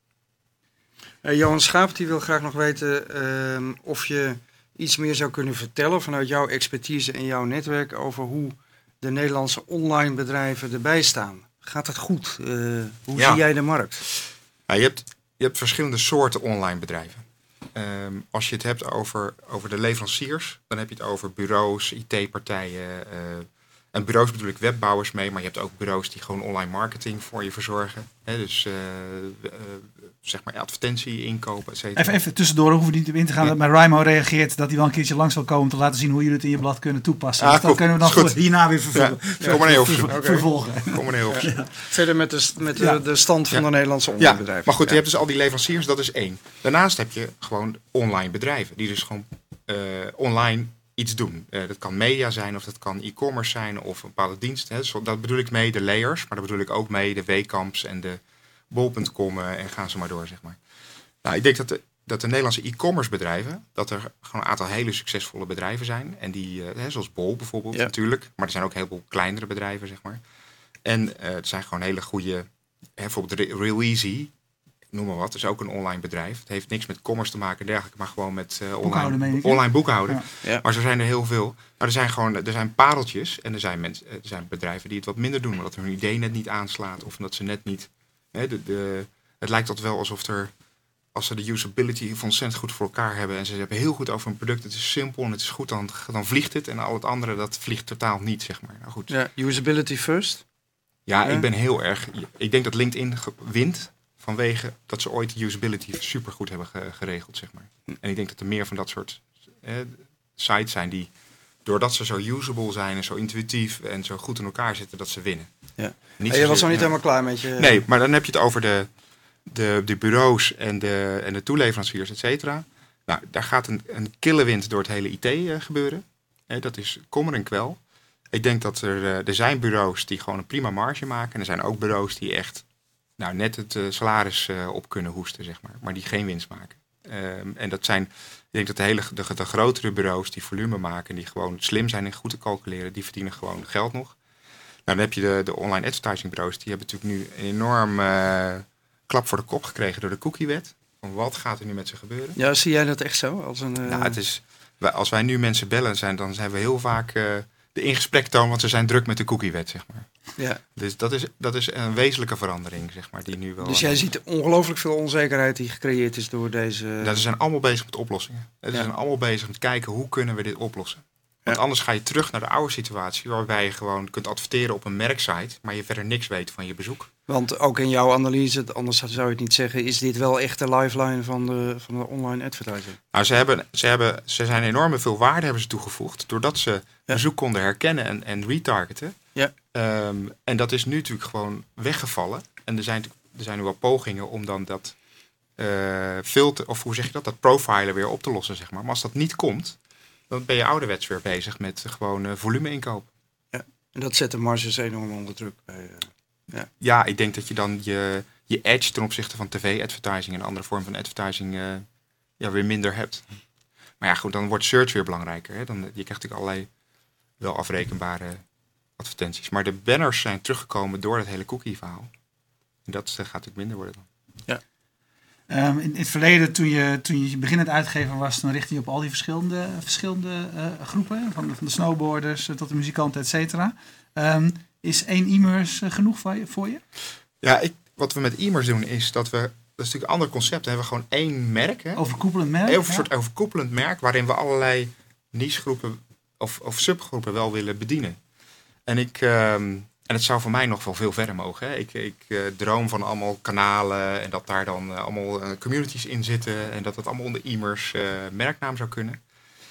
Uh, Johan Schaap die wil graag nog weten uh, of je iets meer zou kunnen vertellen vanuit jouw expertise en jouw netwerk over hoe de Nederlandse online bedrijven erbij staan. Gaat het goed? Uh, hoe ja. zie jij de markt? Nou, je, hebt, je hebt verschillende soorten online bedrijven. Um, als je het hebt over, over de leveranciers, dan heb je het over bureaus, I T-partijen. Uh, en bureaus bedoel ik webbouwers mee, maar je hebt ook bureaus die gewoon online marketing voor je verzorgen. Hè, dus uh, uh, zeg maar advertentie, inkopen, et cetera. Even, even tussendoor, hoeven we niet in te gaan. Ja. Maar Raimo reageert dat hij wel een keertje langs wil komen om te laten zien hoe jullie het in je blad kunnen toepassen. Ah, dus dat kunnen we dan goed. hierna weer vervolgen. Ja. Ja. Kom maar heel okay. vervolgen. Kom maar heel ja. Verder met de, met de, ja. de stand van ja. de Nederlandse online ja. bedrijven. Maar goed, je hebt dus al die leveranciers, dat is één. Daarnaast heb je gewoon online bedrijven die dus gewoon uh, online iets doen. Uh, dat kan media zijn of dat kan e-commerce zijn of een bepaalde dienst. Hè. Zo, dat bedoel ik mee de layers, maar dat bedoel ik ook mee de Wekamps en de bol punt com uh, en gaan ze maar door, zeg maar. Nou, ik denk dat de, dat de Nederlandse e-commerce bedrijven, dat er gewoon een aantal hele succesvolle bedrijven zijn. En die, uh, hè, zoals Bol bijvoorbeeld ja. natuurlijk. Maar er zijn ook heel veel kleinere bedrijven, zeg maar. En uh, er zijn gewoon hele goede, hè, bijvoorbeeld Real Easy, noem maar wat, is ook een online bedrijf. Het heeft niks met commerce te maken, dergelijke, maar gewoon met uh, online, online boekhouden. Ja. Ja. Maar zo zijn er heel veel. Maar er zijn gewoon, er zijn pareltjes en er zijn, mensen, er zijn bedrijven die het wat minder doen, omdat hun idee net niet aanslaat of omdat ze net niet. Hè, de, de, het lijkt tot wel alsof er, als ze de usability ontzettend goed voor elkaar hebben en ze hebben heel goed over een product, het is simpel en het is goed, dan, dan vliegt het. En al het andere, dat vliegt totaal niet, zeg maar. Nou, goed. Ja, usability first? Ja, ja, ik ben heel erg. Ik denk dat LinkedIn wint. Vanwege dat ze ooit de usability supergoed hebben geregeld, zeg maar. En ik denk dat er meer van dat soort eh, sites zijn die, doordat ze zo usable zijn en zo intuïtief en zo goed in elkaar zitten, dat ze winnen. Ja. Niet hey, je was nog niet ja. helemaal klaar met je... Nee, maar dan heb je het over de, de, de bureaus en de, en de toeleveranciers, et cetera. Nou, daar gaat een, een kille wind door het hele I T uh, gebeuren. Eh, dat is kommer en kwel. Ik denk dat er, uh, er zijn bureaus die gewoon een prima marge maken. En er zijn ook bureaus die echt nou, net het uh, salaris uh, op kunnen hoesten, zeg maar. Maar die geen winst maken. Um, en dat zijn, ik denk dat de, hele, de, de grotere bureaus die volume maken, die gewoon slim zijn en goed te calculeren, die verdienen gewoon geld nog. dan heb je de, de online advertising bureaus. Die hebben natuurlijk nu een enorm uh, klap voor de kop gekregen door de cookiewet. Van wat gaat er nu met ze gebeuren? Ja, zie jij dat echt zo? Als een, uh... nou, het is, als wij nu mensen bellen, zijn, dan zijn we heel vaak uh, de in gesprek toon, want ze zijn druk met de cookiewet, zeg maar. Ja. Dus dat is, dat is een wezenlijke verandering, zeg maar, die nu wel... Dus jij ziet ongelooflijk veel onzekerheid die gecreëerd is door deze... Ja, ze zijn allemaal bezig met oplossingen. Ze ja. zijn allemaal bezig met kijken, hoe kunnen we dit oplossen? Want ja. anders ga je terug naar de oude situatie, waarbij je gewoon kunt adverteren op een merksite, maar je verder niks weet van je bezoek. Want ook in jouw analyse, anders zou je het niet zeggen, is dit wel echt de lifeline van de, van de online advertising? Nou, ze, hebben, ze, hebben, ze zijn enorm veel waarde hebben ze toegevoegd, doordat ze ja. bezoek konden herkennen en, en retargeten. Ja. Um, en dat is nu natuurlijk gewoon weggevallen. En er zijn, er zijn nu wel pogingen om dan dat uh, filter, of hoe zeg je dat, dat profilen weer op te lossen, zeg maar. Maar als dat niet komt, dan ben je ouderwets weer bezig met gewoon uh, volume inkoop. Ja, en dat zet de marges enorm onder druk bij... Uh... Ja. ja, ik denk dat je dan je, je edge ten opzichte van tv-advertising en andere vorm van advertising uh, ja, weer minder hebt. Maar ja, goed, dan wordt search weer belangrijker. Hè? Dan, je krijgt natuurlijk allerlei wel afrekenbare advertenties. Maar de banners zijn teruggekomen door het hele cookie-verhaal. En dat uh, gaat natuurlijk minder worden dan. Ja. Um, in, in het verleden, toen je, toen je beginnend uitgever was, dan richtte je op al die verschillende, verschillende uh, groepen. Van de, van de snowboarders uh, tot de muzikanten, et cetera. Um, Is één e-mails uh, genoeg voor je? Voor je? Ja, ik, wat we met e-mails doen is dat we... Dat is natuurlijk een ander concept. Dan hebben we gewoon één merk. Hè? Overkoepelend merk? Een ja. soort overkoepelend merk waarin we allerlei nichegroepen of, of subgroepen wel willen bedienen. En ik... Um, en het zou voor mij nog wel veel verder mogen. Hè? Ik, ik uh, droom van allemaal kanalen en dat daar dan uh, allemaal uh, communities in zitten. En dat het allemaal onder e-mails uh, merknaam zou kunnen.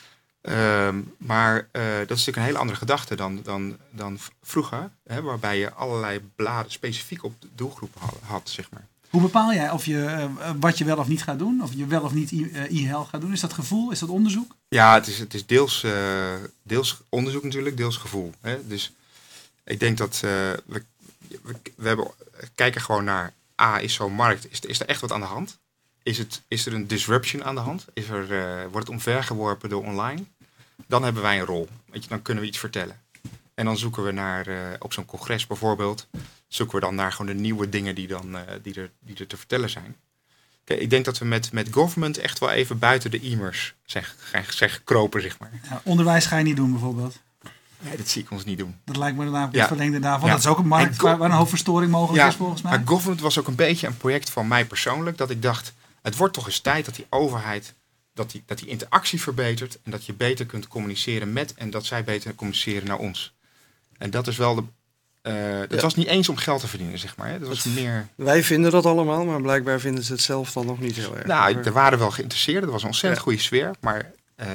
Um, maar uh, dat is natuurlijk een hele andere gedachte dan, dan, dan vroeger. Hè, waarbij je allerlei bladen specifiek op de doelgroep had, had, zeg maar. Hoe bepaal jij of je, uh, wat je wel of niet gaat doen? Of je wel of niet e-health uh, gaat doen? Is dat gevoel? Is dat onderzoek? Ja, het is, het is deels, uh, deels onderzoek natuurlijk, deels gevoel. Hè? Dus ik denk dat uh, we, we, we hebben, kijken gewoon naar... A, is zo'n markt, is, is er echt wat aan de hand? Is, het, is er een disruption aan de hand? Is er, uh, wordt het omvergeworpen door online? Dan hebben wij een rol. Weet je, dan kunnen we iets vertellen. En dan zoeken we naar, uh, op zo'n congres bijvoorbeeld, zoeken we dan naar gewoon de nieuwe dingen die, dan, uh, die, er, die er te vertellen zijn. Kijk, ik denk dat we met, met government echt wel even buiten de e-mails zijn, zijn gekropen, zeg maar. Ja, onderwijs ga je niet doen bijvoorbeeld? Nee, dat zie ik ons niet doen. Dat lijkt me daarna het ja. verlengde daarvan. Ja. Dat is ook een markt go- waar, waar een hoop verstoring mogelijk ja, is volgens mij. Maar government was ook een beetje een project van mij persoonlijk, dat ik dacht, het wordt toch eens tijd dat die overheid, dat die, dat die interactie verbetert en dat je beter kunt communiceren met en dat zij beter communiceren naar ons. En dat is wel de... Uh, dat ja. was niet eens om geld te verdienen, zeg maar. Hè. Dat was dat, meer... Wij vinden dat allemaal, maar blijkbaar vinden ze het zelf dan nog niet heel erg. Nou, er waren wel geïnteresseerden. Er was een ontzettend ja. goede sfeer. Maar uh,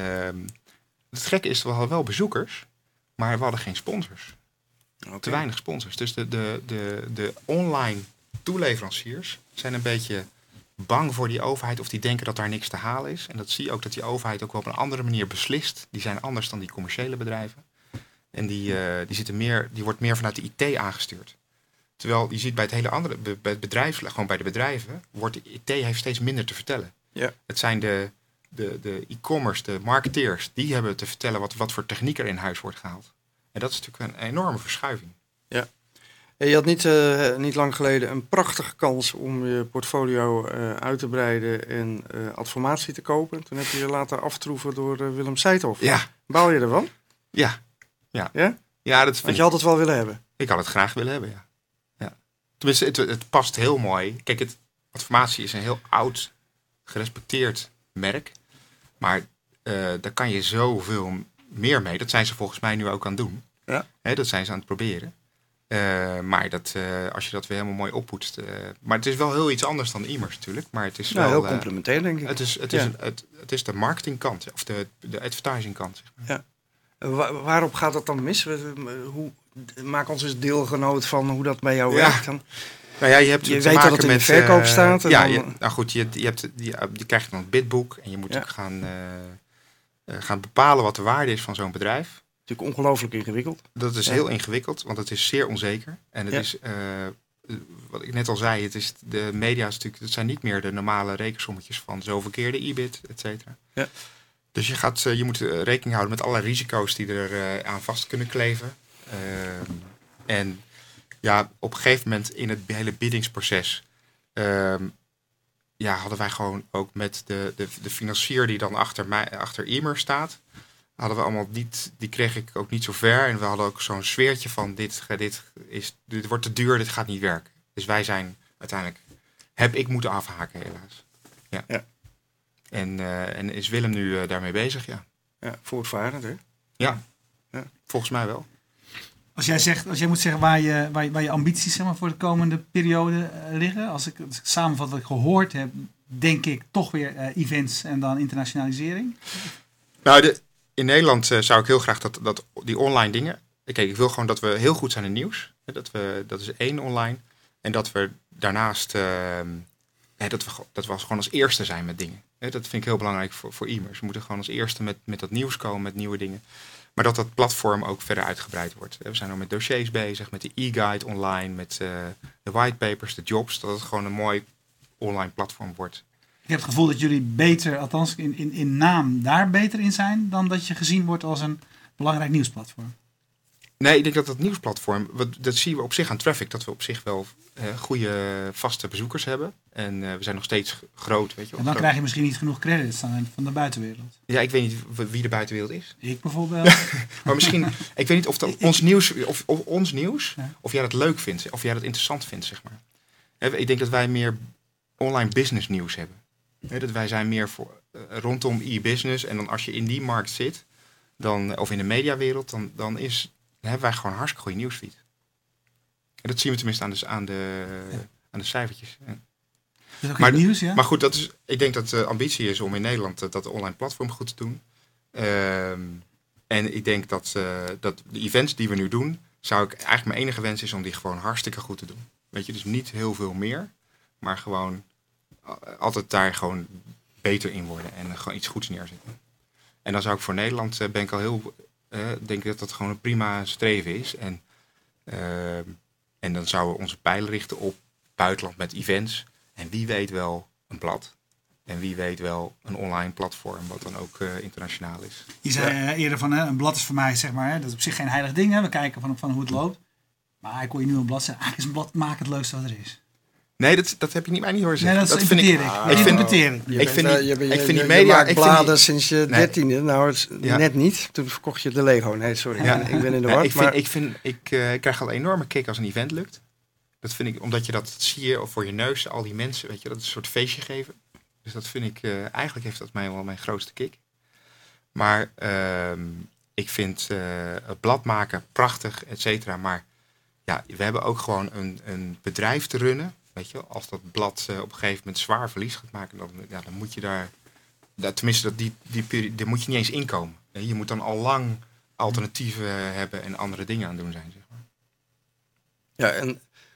het gekke is, we hadden wel bezoekers, maar we hadden geen sponsors. Okay. Te weinig sponsors. Dus de, de, de, de online toeleveranciers zijn een beetje bang voor die overheid of die denken dat daar niks te halen is. En dat zie je ook dat die overheid ook wel op een andere manier beslist. Die zijn anders dan die commerciële bedrijven. En die, uh, die, zitten meer, die wordt meer vanuit de I T aangestuurd. Terwijl je ziet bij het hele andere, bij het bedrijf, gewoon bij de bedrijven, wordt de I T heeft steeds minder te vertellen. Ja. Het zijn de, de, de e-commerce, de marketeers, die hebben te vertellen wat, wat voor techniek er in huis wordt gehaald. En dat is natuurlijk een enorme verschuiving. Ja. Je had niet, uh, niet lang geleden een prachtige kans om je portfolio uh, uit te breiden en uh, Adformatie te kopen. Toen heb je je laten aftroeven door uh, Willem Seithoff. Ja. Baal je ervan? Ja. Ja, ja? ja dat had je altijd wel willen hebben? Ik had het graag willen hebben, ja. ja. Tenminste, het, het past heel mooi. Kijk, het, Adformatie is een heel oud, gerespecteerd merk. Maar uh, daar kan je zoveel meer mee. Dat zijn ze volgens mij nu ook aan het doen. Ja. He, dat zijn ze aan het proberen. Uh, maar dat, uh, als je dat weer helemaal mooi oppoetst. Uh, maar het is wel heel iets anders dan e-mails natuurlijk. Maar het is ja, wel heel complementair, uh, denk ik. Het is, het, ja. is een, het, het is de marketingkant, of de, de advertisingkant. Zeg maar. Ja. Wa- waarop gaat dat dan mis? Hoe, maak ons eens deelgenoot van hoe dat bij jou ja. werkt. Dan. Nou ja, je hebt je te weet maken dat het in met, de verkoop staat. Uh, ja, dan... je, nou goed, je, je, hebt, je, je krijgt dan het bidboek en je moet ja. ook gaan, uh, uh, gaan bepalen wat de waarde is van zo'n bedrijf. Natuurlijk ongelooflijk ingewikkeld. Dat is ja. heel ingewikkeld, want het is zeer onzeker. En het ja. is, uh, wat ik net al zei, het is de media is natuurlijk, het zijn niet meer de normale rekensommetjes van zoveel keer de E B I T, et cetera. Ja. Dus je, gaat, je moet rekening houden met alle risico's die er uh, aan vast kunnen kleven. Uh, En ja, op een gegeven moment in het hele biedingsproces um, ja, hadden wij gewoon ook met de, de, de financier die dan achter, mij, achter Imer staat, hadden we allemaal niet, die kreeg ik ook niet zo ver. En we hadden ook zo'n sfeertje van dit, dit, is, dit wordt te duur, dit gaat niet werken. Dus wij zijn uiteindelijk, heb ik moeten afhaken helaas. Ja. ja. En, uh, en is Willem nu uh, daarmee bezig, ja. Ja, voortvarend, hè? Ja. ja, volgens mij wel. Als jij, zegt, als jij moet zeggen waar je, waar je, waar je ambities zeg maar, voor de komende periode uh, liggen. Als ik, als ik samenvat wat ik gehoord heb, denk ik toch weer uh, events en dan internationalisering. Nou, de, in Nederland uh, zou ik heel graag dat, dat die online dingen. Kijk, ik wil gewoon dat we heel goed zijn in nieuws. Dat, we, dat is één online. En dat we daarnaast, uh, ja, dat, we, dat we gewoon als eerste zijn met dingen. Dat vind ik heel belangrijk voor, voor e-mails. We moeten gewoon als eerste met, met dat nieuws komen, met nieuwe dingen. Maar dat dat platform ook verder uitgebreid wordt. We zijn al met dossiers bezig, met de e-guide online, met uh, de whitepapers, de jobs. Dat het gewoon een mooi online platform wordt. Ik heb het gevoel dat jullie beter, althans in, in, in naam, daar beter in zijn dan dat je gezien wordt als een belangrijk nieuwsplatform. Nee, ik denk dat dat nieuwsplatform, dat zien we op zich aan traffic, dat we op zich wel uh, goede vaste bezoekers hebben. En uh, we zijn nog steeds groot, weet je wel. En dan groot. krijg je misschien niet genoeg credits van de buitenwereld. Ja, ik weet niet wie de buitenwereld is. Ik bijvoorbeeld. Maar misschien, ik weet niet of dat ons nieuws, of, of ons nieuws, ja. of jij dat leuk vindt, of jij dat interessant vindt, zeg maar. Ik denk dat wij meer online business nieuws hebben. Dat wij zijn meer voor, uh, rondom e-business. En dan als je in die markt zit, dan, of in de mediawereld, dan, dan is... Dan hebben wij gewoon een hartstikke goede nieuwsfeed. En dat zien we tenminste aan de, aan de, ja. aan de cijfertjes. Ja. Dat is ook maar, nieuws, ja? Maar goed, dat is, ik denk dat de ambitie is om in Nederland uh, dat online platform goed te doen. Um, en ik denk dat, uh, dat de events die we nu doen, zou ik eigenlijk mijn enige wens is om die gewoon hartstikke goed te doen. Weet je, dus niet heel veel meer, maar gewoon uh, altijd daar gewoon beter in worden en uh, gewoon iets goeds neerzetten. En dan zou ik voor Nederland, uh, ben ik al heel... Ik uh, denk dat dat gewoon een prima streven is. En, uh, en dan zouden we onze pijlen richten op buitenland met events. En wie weet wel een blad. En wie weet wel een online platform wat dan ook uh, internationaal is. Je zei ja. uh, eerder van hè, een blad is voor mij zeg maar, hè, dat is op zich geen heilig ding. Hè. We kijken van, van hoe het loopt. Maar ik hoor je nu een blad zeggen, eigenlijk is een blad maken het leukste wat er is. Nee, dat, dat heb je niet mij niet horen zeggen. Nee, dat, dat vind ik. Ah, ik vind, interpreteer ik. Ik, ik vind, uh, die, je, je, ik vind je, die media... Je maakt bladen die, sinds je dertiende. Nee. Nou, het, ja. net niet. Toen verkocht je de Lego. Nee, sorry. Ja. Ik ben in de war. Ja, ik, maar... vind, ik, vind, ik, uh, ik krijg al een enorme kick als een event lukt. Dat vind ik, omdat je dat zie je voor je neus, al die mensen, weet je, dat is een soort feestje geven. Dus dat vind ik, uh, eigenlijk heeft dat mij wel mijn grootste kick. Maar uh, ik vind uh, het blad maken prachtig, et cetera. Maar ja, we hebben ook gewoon een, een bedrijf te runnen. Weet je, als dat blad uh, op een gegeven moment zwaar verlies gaat maken, dan, ja, dan moet je daar, dat, tenminste, dat die, die periode, daar moet je niet eens inkomen. Je moet dan al lang alternatieven hebben en andere dingen aan doen zijn. Zeg maar. Ja, en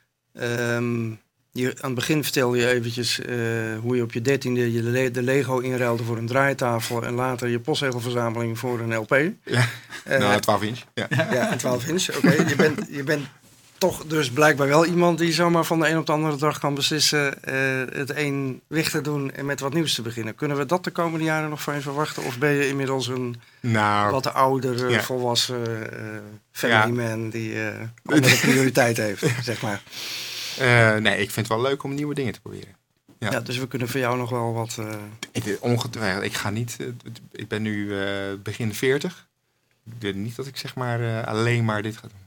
um, je, aan het begin vertelde je eventjes uh, hoe je op je dertiende je de, de Lego inruilde voor een draaitafel en later je postzegelverzameling voor een L P. Ja, uh, nou, twaalf inch. Ja, ja een twaalf inch, oké. Okay. Je bent... Je bent toch dus blijkbaar wel iemand die zomaar van de een op de andere dag kan beslissen uh, het een weg te doen en met wat nieuws te beginnen. Kunnen we dat de komende jaren nog van je verwachten? Of ben je inmiddels een nou, wat ouder, ja. volwassen uh, family ja. man die uh, andere prioriteit heeft, zeg maar? Uh, nee, ik vind het wel leuk om nieuwe dingen te proberen. Ja, ja dus we kunnen voor jou nog wel wat... Uh... Ik, ongetwijfeld, ik ga niet... Uh, ik ben nu uh, begin veertig. Ik denk niet dat ik zeg maar uh, alleen maar dit ga doen.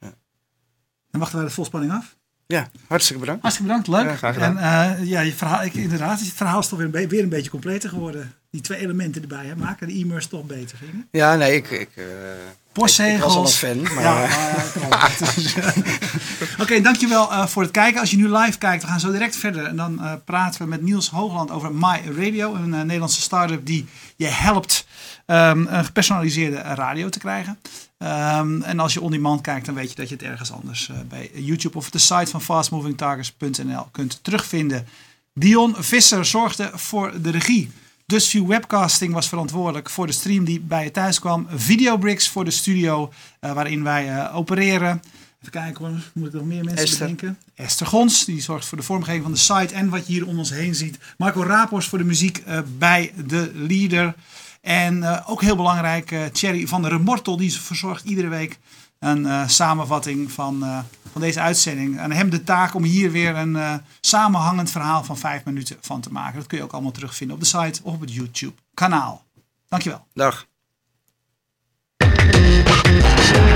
Dan wachten wij de volspanning af. Ja, hartstikke bedankt. Hartstikke bedankt, leuk. Ja, graag gedaan. En uh, ja, je verhaal, ik, inderdaad, het verhaal is toch weer een, be- weer een beetje completer geworden. Die twee elementen erbij hè, maken de e-mails toch beter, vind je? Ja, nee, ik... ik uh, Postzegels. Ik, ik was al een fan, maar... Ja, uh, Oké, okay, dankjewel uh, voor het kijken. Als je nu live kijkt, we gaan zo direct verder. En dan uh, praten we met Niels Hoogland over My Radio. Een uh, Nederlandse start-up die je helpt um, een gepersonaliseerde radio te krijgen. Um, en als je on-demand kijkt, dan weet je dat je het ergens anders uh, bij YouTube of de site van fast moving targets punt n l kunt terugvinden. Dion Visser zorgde voor de regie. Dustview Webcasting was verantwoordelijk voor de stream die bij je thuis kwam. Videobricks voor de studio uh, waarin wij uh, opereren. Even kijken hoor, moet ik nog meer mensen Esther. bedenken? Esther Gons, die zorgt voor de vormgeving van de site en wat je hier om ons heen ziet. Marco Rapors voor de muziek uh, bij de leader. En uh, ook heel belangrijk, uh, Thierry van der Remortel, die verzorgt iedere week een uh, samenvatting van, uh, van deze uitzending. Aan hem de taak om hier weer een uh, samenhangend verhaal van vijf minuten van te maken. Dat kun je ook allemaal terugvinden op de site of op het YouTube kanaal. Dankjewel. Dag.